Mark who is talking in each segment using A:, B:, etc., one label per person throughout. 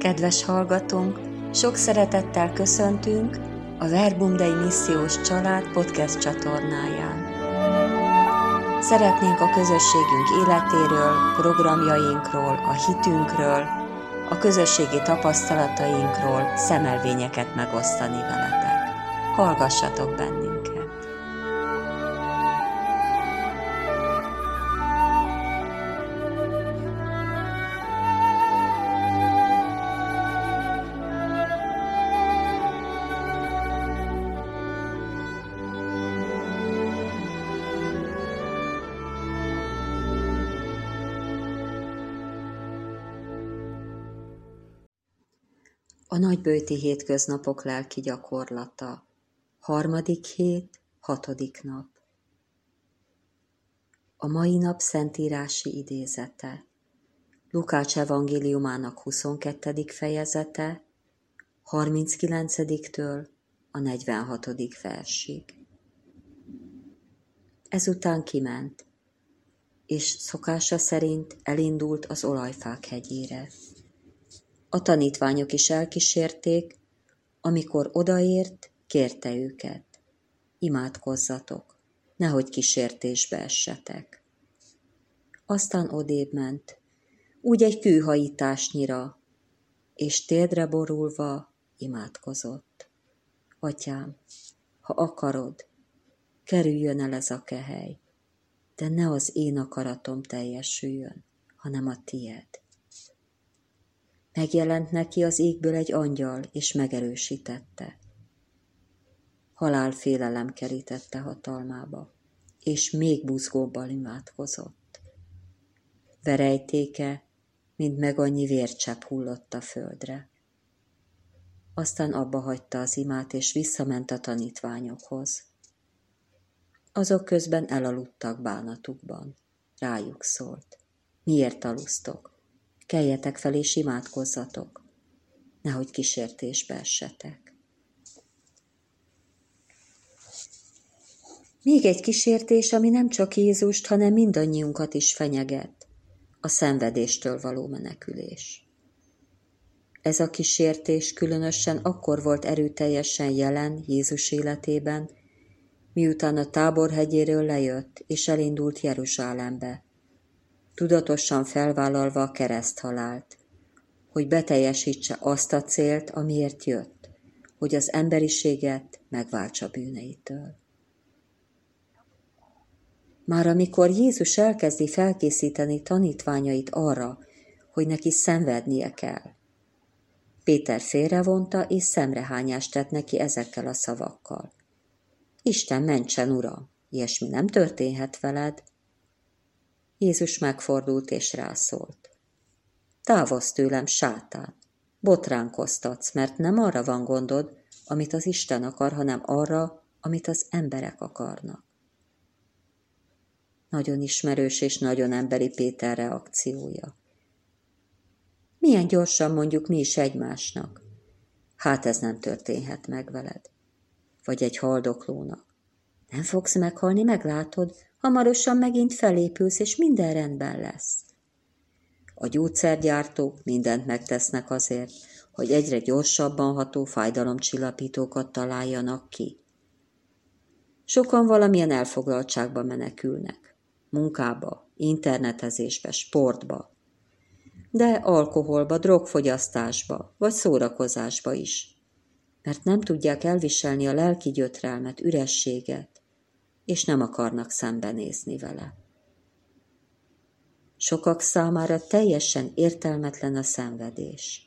A: Kedves hallgatónk, sok szeretettel köszöntünk a Verbum Dei Missziós Család podcast csatornáján. Szeretnénk a közösségünk életéről, programjainkról, a hitünkről, a közösségi tapasztalatainkról szemelvényeket megosztani veletek. Hallgassatok bennünket! A nagyböjti hétköznapok lelki gyakorlata. 3. hét, 6. nap. A mai nap szentírási idézete. Lukács evangéliumának 22. fejezete, 39-től a 46. versig. Ezután kiment, és szokása szerint elindult az Olajfák hegyére. A tanítványok is elkísérték, amikor odaért, kérte őket: imádkozzatok, nehogy kísértésbe essetek. Aztán odébb ment, úgy egy kőhajításnyira, és térdre borulva imádkozott: Atyám, ha akarod, kerüljön el ez a kehely, de ne az én akaratom teljesüljön, hanem a tied. Megjelent neki az égből egy angyal, és megerősítette. Halálfélelem kerítette hatalmába, és még buzgóbban imádkozott. Verejtéke, mint meg annyi vércsepp hullott a földre. Aztán abba hagyta az imát, és visszament a tanítványokhoz. Azok közben elaludtak bánatukban. Rájuk szólt: miért alusztok? Keljetek fel és imádkozzatok, nehogy kísértésbe essetek. Még egy kísértés, ami nem csak Jézust, hanem mindannyiunkat is fenyeget: a szenvedéstől való menekülés. Ez a kísértés különösen akkor volt erőteljesen jelen Jézus életében, miután a Tábor hegyéről lejött és elindult Jeruzsálembe, tudatosan felvállalva a kereszthalált, hogy beteljesítse azt a célt, amiért jött, hogy az emberiséget megváltsa bűneitől. Már amikor Jézus elkezdi felkészíteni tanítványait arra, hogy neki szenvednie kell, Péter félrevonta és szemrehányást tett neki ezekkel a szavakkal: Isten mentsen, Uram, ilyesmi nem történhet veled. Jézus megfordult és rászólt: távozz tőlem, sátán, botránkoztatsz, mert nem arra van gondod, amit az Isten akar, hanem arra, amit az emberek akarnak. Nagyon ismerős és nagyon emberi Péter reakciója. Milyen gyorsan mondjuk mi is egymásnak: hát ez nem történhet meg veled. Vagy egy haldoklónak: nem fogsz meghalni, meglátod, hamarosan megint felépülsz, és minden rendben lesz. A gyógyszergyártók mindent megtesznek azért, hogy egyre gyorsabban ható fájdalomcsillapítókat találjanak ki. Sokan valamilyen elfoglaltságba menekülnek, munkába, internetezésbe, sportba, de alkoholba, drogfogyasztásba vagy szórakozásba is, mert nem tudják elviselni a lelki gyötrelmet, ürességet, és nem akarnak szembenézni vele. Sokak számára teljesen értelmetlen a szenvedés.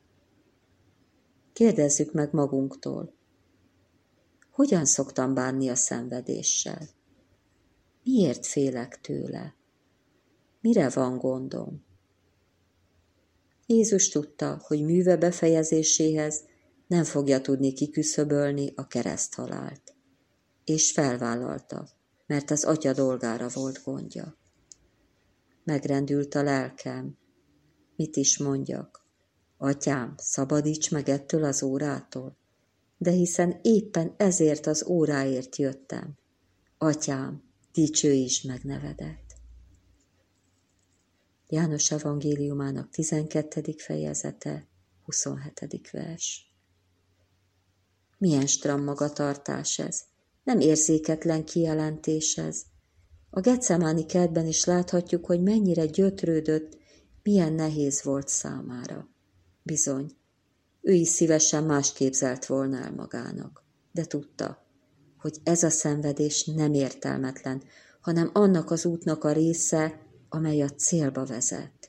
A: Kérdezzük meg magunktól: hogyan szoktam bánni a szenvedéssel? Miért félek tőle? Mire van gondom? Jézus tudta, hogy műve befejezéséhez nem fogja tudni kiküszöbölni a kereszthalált, és felvállalta, mert az Atya dolgára volt gondja. Megrendült a lelkem. Mit is mondjak? Atyám, szabadíts meg ettől az órától, de hiszen éppen ezért az óráért jöttem. Atyám, dicsőítsd meg nevedet. János evangéliumának 12. fejezete, 27. vers. Milyen stram magatartás ez, nem érzéketlen kijelentés ez. A Getsemáni kertben is láthatjuk, hogy mennyire gyötrődött, milyen nehéz volt számára. Bizony, ő is szívesen más képzelt volna el magának, de tudta, hogy ez a szenvedés nem értelmetlen, hanem annak az útnak a része, amely a célba vezet.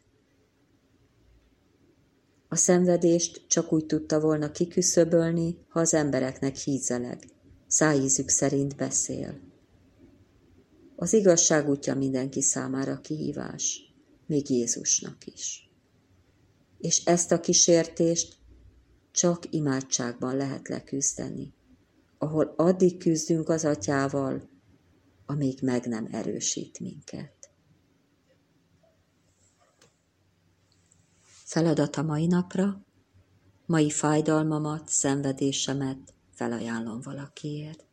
A: A szenvedést csak úgy tudta volna kiküszöbölni, ha az embereknek hízeleg, szájízük szerint beszél. Az igazság útja mindenki számára kihívás, még Jézusnak is. És ezt a kísértést csak imádságban lehet leküzdeni, ahol addig küzdünk az Atyával, amíg meg nem erősít minket. Feladat a mai napra, mai fájdalmamat, szenvedésemet felajánlom valakiért.